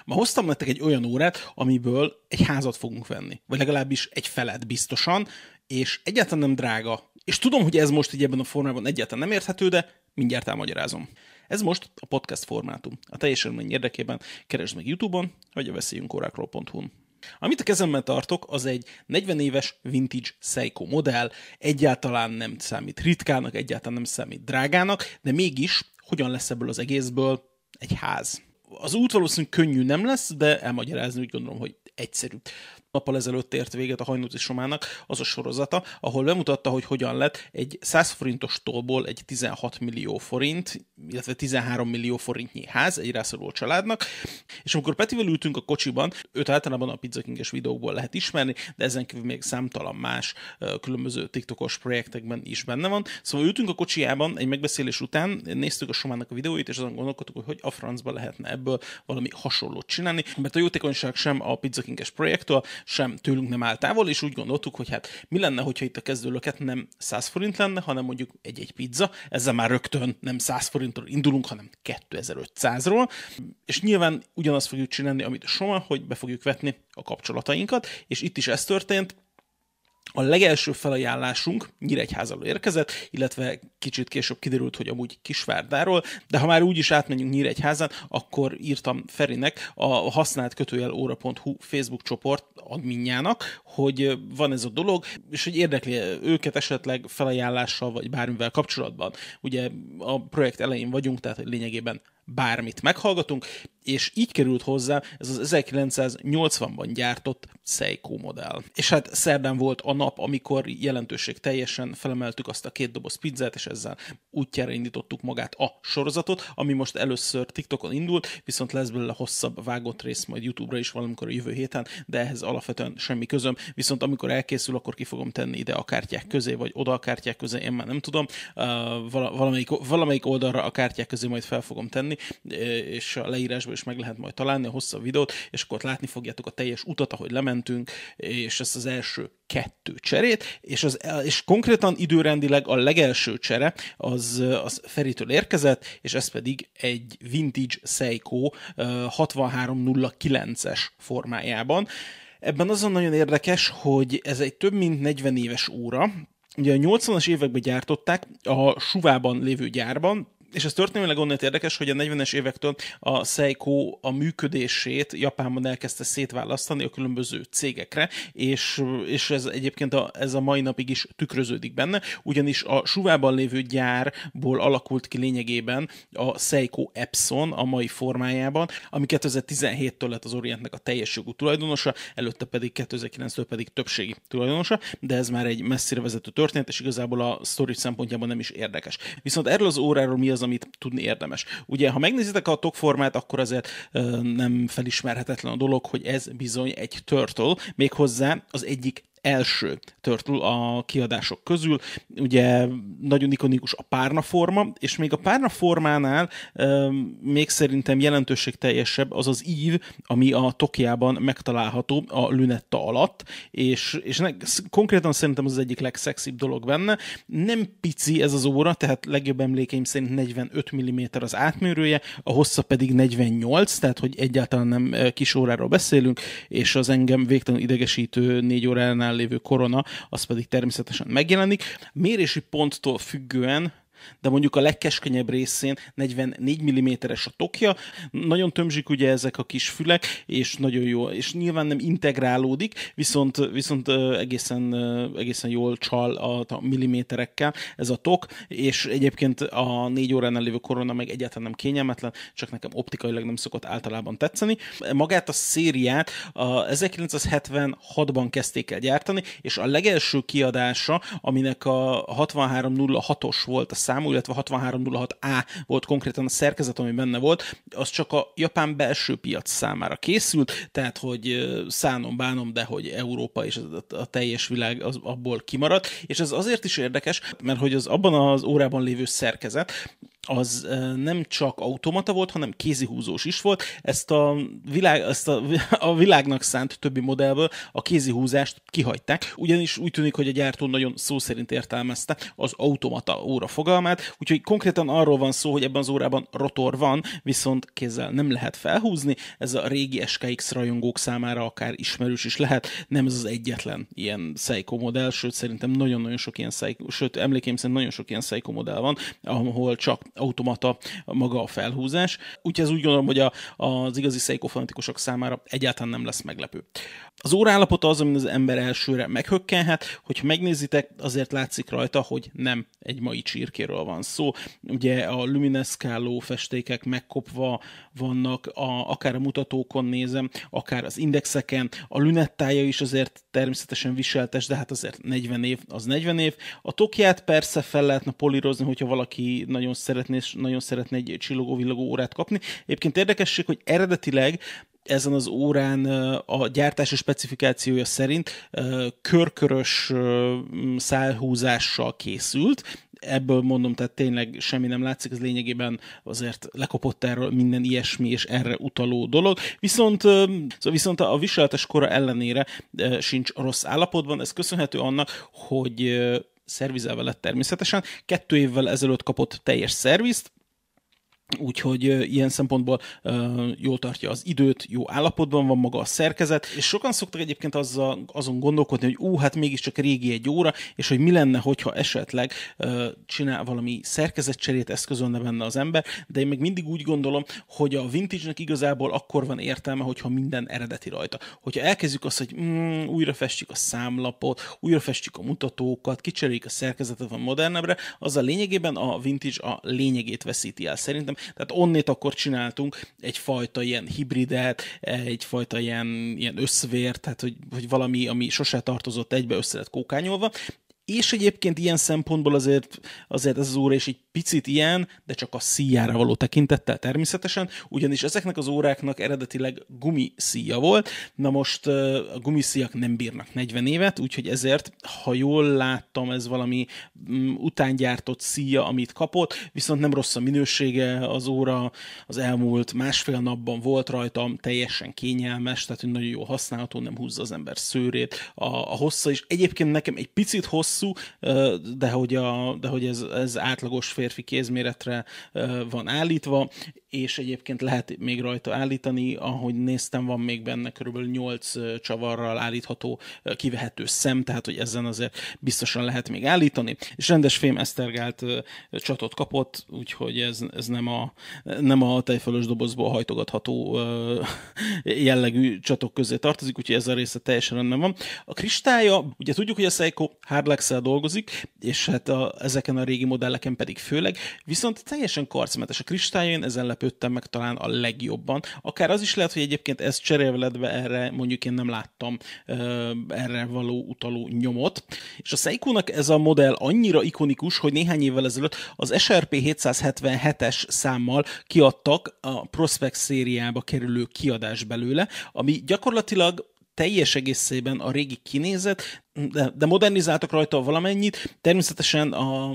Ma hoztam nektek egy olyan órát, amiből egy házat fogunk venni. Vagy legalábbis egy felet biztosan, és egyáltalán nem drága. És tudom, hogy ez most így ebben a formában egyáltalán nem érthető, de mindjárt elmagyarázom. Ez most a podcast formátum. A teljes élmény érdekében keresd meg YouTube-on, vagy a veszélyünkórákról.hu-n. Amit a kezemben tartok, az egy 40 éves vintage Seiko modell, egyáltalán nem számít ritkának, egyáltalán nem számít drágának, de mégis hogyan lesz ebből az egészből egy ház. Az út valószínűleg könnyű nem lesz, de elmagyarázni úgy gondolom, hogy egyszerű. Nappal ezelőtt ért véget a Hajnóci Somának az a sorozata, ahol bemutatta, hogy hogyan lett egy 100 forintos tollból egy 16 millió forint, illetve 13 millió forintnyi ház egy rászoruló családnak, és amikor Petivel ültünk a kocsiban, őt általában a Pizza King-es videókból lehet ismerni, de ezen kívül még számtalan más különböző TikTokos projektekben is benne van. Szóval ültünk a kocsijában egy megbeszélés után, néztük a Somának a videóit, és azon gondolkodtuk, hogy a francba lehetne ebből valami hasonlót csinálni, mert a jótékonyság sem a Pizza King-es projektől, sem tőlünk nem áll távol, és úgy gondoltuk, hogy hát mi lenne, hogyha itt a kezdőlöket nem 100 forint lenne, hanem mondjuk egy pizza, ezzel már rögtön nem 100 forintról indulunk, hanem 2500-ról, és nyilván ugyanazt fogjuk csinálni, amit a Soma, hogy be fogjuk vetni a kapcsolatainkat, és itt is ez történt. A legelső felajánlásunk Nyíregyházáról érkezett, illetve kicsit később kiderült, hogy amúgy Kisvárdáról, de ha már úgyis átmegyünk Nyíregyházán, akkor írtam Ferinek, a használt-óra.hu Facebook csoport adminjának, hogy van ez a dolog, és hogy érdekli őket esetleg felajánlással, vagy bármivel kapcsolatban. Ugye a projekt elején vagyunk, tehát lényegében bármit meghallgatunk, és így került hozzá ez az 1980-ban gyártott Seiko modell. És hát szerdán volt a nap, amikor jelentőség teljesen felemeltük azt a 2 doboz pizzát, és ezzel útjára indítottuk magát a sorozatot, ami most először TikTokon indult, viszont lesz belőle hosszabb vágott rész majd YouTube-ra is valamikor a jövő héten, de ehhez alapvetően semmi közöm, viszont amikor elkészül, akkor ki fogom tenni ide a kártyák közé, vagy oda a kártyák közé, én már nem tudom, valamelyik oldalra a kártyák közé majd fel fogom tenni, és a leírásban is meg lehet majd találni a hosszabb videót, és akkor ott látni fogjátok a teljes utat, ahogy lementünk, és ezt az első 2 cserét, és konkrétan időrendileg a legelső csere az Feritől érkezett, és ez pedig egy vintage Seiko 6309-es formájában. Ebben azon nagyon érdekes, hogy ez egy több mint 40 éves óra. Ugye a 80-as években gyártották a Suvában lévő gyárban, és ez történelmileg onnan érdekes, hogy a 40-es évektől a Seiko a működését Japánban elkezdte szétválasztani a különböző cégekre, és ez egyébként ez a mai napig is tükröződik benne, ugyanis a Suvában lévő gyárból alakult ki lényegében a Seiko Epson a mai formájában, ami 2017-től lett az Orientnek a teljes jogú tulajdonosa, előtte pedig 2009-től pedig többségi tulajdonosa, de ez már egy messzire vezető történet, és igazából a sztori szempontjából nem is érdekes. Viszont erről az óráról mi az, amit tudni érdemes. Ugye, ha megnézitek a tokformát, akkor azért nem felismerhetetlen a dolog, hogy ez bizony egy Turtle, méghozzá az egyik első Turtle a kiadások közül. Ugye nagyon ikonikus a párnaforma, és még a párnaformánál még szerintem jelentőségteljesebb az az ív, ami a Tokiában megtalálható a lünetta alatt, és konkrétan szerintem az egyik legszexibb dolog benne. Nem pici ez az óra, tehát legjobb emlékeim szerint 45 mm az átmérője, a hossza pedig 48, tehát hogy egyáltalán nem kis óráról beszélünk, és az engem végtelenül idegesítő 4 óránál lévő korona, az pedig természetesen megjelenik. Mérési ponttól függően, de mondjuk a legkeskenyebb részén 44 mm-es a tokja, nagyon tömzsik ugye ezek a kis fülek, és nagyon jó, és nyilván nem integrálódik, viszont egészen jól csal a milliméterekkel ez a tok, és egyébként a 4 óránál lévő korona meg egyáltalán nem kényelmetlen, csak nekem optikailag nem szokott általában tetszeni. Magát a szériát 1976-ban kezdték el gyártani, és a legelső kiadása, aminek a 6306-os volt a számú, illetve 6306A volt konkrétan a szerkezet, ami benne volt, az csak a japán belső piac számára készült, tehát hogy szánom-bánom, de hogy Európa és a teljes világ az abból kimaradt, és ez azért is érdekes, mert hogy az abban az órában lévő szerkezet, az nem csak automata volt, hanem kézihúzós is volt. Ezt a világnak szánt többi modellből a kézihúzást kihagyták, ugyanis úgy tűnik, hogy a gyártó nagyon szó szerint értelmezte az automata óra fogalmát, úgyhogy konkrétan arról van szó, hogy ebben az órában rotor van, viszont kézzel nem lehet felhúzni. Ez a régi SKX rajongók számára akár ismerős is lehet, nem ez az egyetlen ilyen Seiko modell, sőt szerintem nagyon-nagyon sok ilyen Seiko, sőt emlékeim szerint nagyon sok ilyen Seiko modell van, ahol csak automata maga a felhúzás. Úgyhogy ez úgy gondolom, hogy az igazi Seiko fanatikusok számára egyáltalán nem lesz meglepő. Az óra állapota az, amin az ember elsőre meghökkenhet, hogyha megnézitek, azért látszik rajta, hogy nem egy mai csirkéről van szó. Ugye a lumineszkáló festékek megkopva vannak, akár a mutatókon nézem, akár az indexeken, a lünettája is azért természetesen viseltes, de hát azért 40 év, az 40 év. A tokját persze fel lehetne polírozni, hogyha valaki nagyon szeretne egy csillogó-villogó órát kapni. Egyébként érdekesség, hogy eredetileg ezen az órán a gyártási specifikációja szerint körkörös szálhúzással készült. Ebből mondom, tehát tényleg semmi nem látszik, ez lényegében azért lekopott erről minden ilyesmi és erre utaló dolog. Viszont a viseletes kora ellenére sincs rossz állapotban. Ez köszönhető annak, hogy szervizelve lett természetesen. 2 évvel ezelőtt kapott teljes szervizt, úgyhogy ilyen szempontból jól tartja az időt, jó állapotban van maga a szerkezet, és sokan szoktak egyébként azon gondolkodni, hogy hát mégiscsak régi egy óra, és hogy mi lenne, hogyha esetleg csinál valami szerkezetcserét, eszközölne benne az ember, de én meg mindig úgy gondolom, hogy a vintage-nek igazából akkor van értelme, hogyha minden eredeti rajta. Hogyha elkezdjük azt, hogy újra festjük a számlapot, újra festjük a mutatókat, kicseréljük a szerkezetet a modernebbre, az a lényegében a vintage a lényegét veszíti el szerintem. Tehát onnét akkor csináltunk egyfajta ilyen hibridet, egyfajta ilyen összvért, tehát hogy valami, ami sose tartozott egybe, össze lett kókányolva. És egyébként ilyen szempontból azért ez az óra is egy picit ilyen, de csak a szíjára való tekintettel természetesen, ugyanis ezeknek az óráknak eredetileg gumiszíja volt, na most a gumiszíjak nem bírnak 40 évet, úgyhogy ezért, ha jól láttam, ez valami utángyártott szíja, amit kapott, viszont nem rossz a minősége, az óra az elmúlt másfél napban volt rajtam, teljesen kényelmes, tehát hogy nagyon jól használható, nem húzza az ember szőrét, a hossza is. Egyébként nekem egy picit hosszú, de hogy ez átlagos férfi kézméretre van állítva, és egyébként lehet még rajta állítani, ahogy néztem, van még benne körülbelül 8 csavarral állítható, kivehető szem, tehát hogy ezen azért biztosan lehet még állítani, és rendes fém esztergált csatot kapott, úgyhogy ez nem a tejfölös dobozból hajtogatható jellegű csatok közé tartozik, úgyhogy ez a része teljesen rendben van. A kristálya, ugye tudjuk, hogy a Seiko hardlex-szel dolgozik, és hát ezeken a régi modelleken pedig főleg, viszont teljesen karcmentes a kristályon, ezen lepődtem meg talán a legjobban. Akár az is lehet, hogy egyébként ez cserélve erre mondjuk én nem láttam erre való utaló nyomot. És a Seikónak ez a modell annyira ikonikus, hogy néhány évvel ezelőtt az SRP 777-es számmal kiadtak a Prospect szériába kerülő kiadás belőle, ami gyakorlatilag teljes egészében a régi kinézet, de modernizáltak rajta valamennyit. Természetesen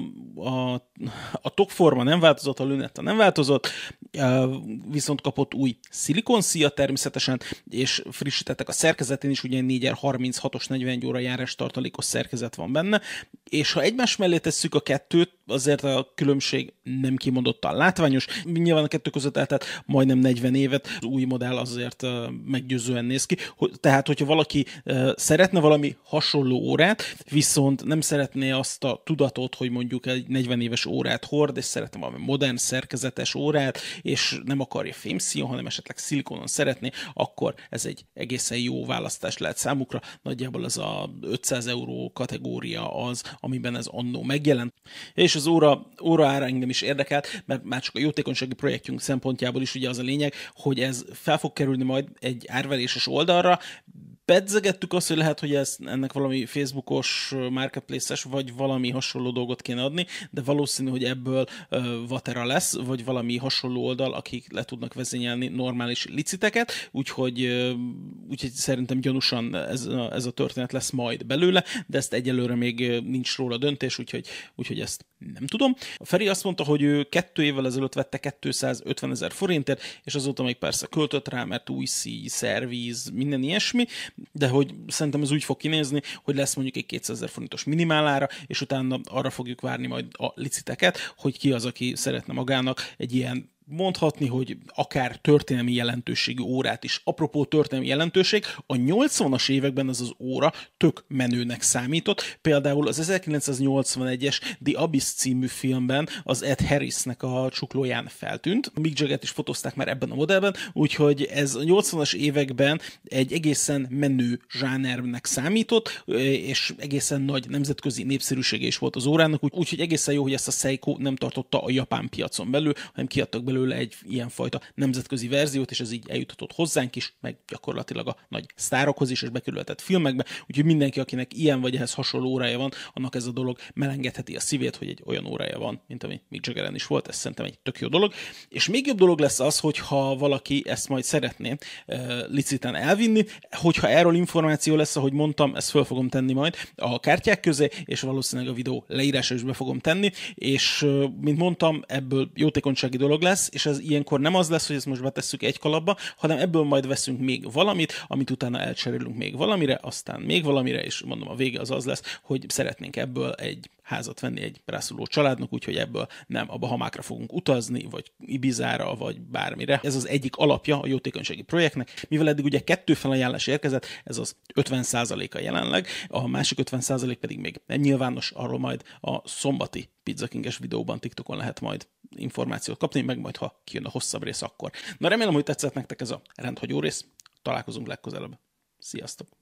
a tokforma nem változott, a lünetta nem változott, viszont kapott új szilikonszíjat természetesen, és frissítettek a szerkezetén is, ugye 4x36-os 41 óra járás tartalékos szerkezet van benne, és ha egymás mellé tesszük a kettőt, azért a különbség nem kimondottan látványos. Nyilván a kettő között eltelt majdnem 40 évet, az új modell azért meggyőzően néz ki. Tehát, hogyha valaki szeretne valami hasonló órát, viszont nem szeretné azt a tudatot, hogy mondjuk egy 40 éves órát hord, és szeretne valami modern, szerkezetes órát, és nem akarja fémszíjon, hanem esetleg szilikonon szeretné, akkor ez egy egészen jó választás lehet számukra. Nagyjából ez a 500 euró kategória az, amiben ez annó megjelent. És az óra ára engem is érdekelt, mert már csak a jótékonysági projektjünk szempontjából is ugye az a lényeg, hogy ez fel fog kerülni majd egy árveréses oldalra. Pedzegettük azt, hogy lehet, hogy ennek valami Facebookos, marketplace-es, vagy valami hasonló dolgot kéne adni, de valószínű, hogy ebből Vatera lesz, vagy valami hasonló oldal, akik le tudnak vezényelni normális liciteket, úgyhogy szerintem gyanúsan ez a történet lesz majd belőle, de ezt egyelőre még nincs róla döntés, úgyhogy ezt Nem tudom. A Feri azt mondta, hogy ő 2 évvel ezelőtt vette 250 000 forintért, és azóta még persze költött rá, mert új szíj, szervíz, minden ilyesmi, de hogy szerintem ez úgy fog kinézni, hogy lesz mondjuk egy 200 000 forintos minimálára, és utána arra fogjuk várni majd a liciteket, hogy ki az, aki szeretne magának egy ilyen, mondhatni, hogy akár történelmi jelentőségű órát is. Apropó történelmi jelentőség, a 80-as években ez az óra tök menőnek számított. Például az 1981-es The Abyss című filmben az Ed Harrisnek a csuklóján feltűnt. Mick Jaggert is fotózták már ebben a modellben, úgyhogy ez a 80-as években egy egészen menő zsánernek számított, és egészen nagy nemzetközi népszerűsége is volt az órának, úgyhogy egészen jó, hogy ezt a Seiko nem tartotta a japán piacon belül, hanem kiadtak belőle egy ilyenfajta nemzetközi verziót, és ez így eljutatott hozzánk is, meg gyakorlatilag a nagy sztárokhoz is, és bekerülhetett filmekbe, úgyhogy mindenki, akinek ilyen vagy ehhez hasonló órája van, annak ez a dolog melengedheti a szívét, hogy egy olyan órája van, mint ami Mick Jaggeren is volt, ez szerintem egy tök jó dolog. És még jobb dolog lesz az, hogyha valaki ezt majd szeretné liciten elvinni, hogyha erről információ lesz, ahogy mondtam, ezt föl fogom tenni majd a kártyák közé, és valószínűleg a videó leírása is be fogom tenni, és mint mondtam, ebből jótékonysági dolog lesz, és ez ilyenkor nem az lesz, hogy ezt most betesszük egy kalapba, hanem ebből majd veszünk még valamit, amit utána elcserélünk még valamire, aztán még valamire, és mondom, a vége az lesz, hogy szeretnénk ebből egy házat venni egy rászoruló családnak, úgyhogy ebből nem a Bahamákra fogunk utazni, vagy Ibizára, vagy bármire. Ez az egyik alapja a jótékonysági projektnek, mivel eddig ugye 2 felajánlás érkezett, ez az 50%-a jelenleg, a másik 50% pedig még nem nyilvános, arról majd a szombati Pizza King-es videóban TikTokon lehet majd információt kapni, meg majd ha kijön a hosszabb rész akkor. Na remélem, hogy tetszett nektek ez a rendhagyó rész, találkozunk legközelebb. Sziasztok!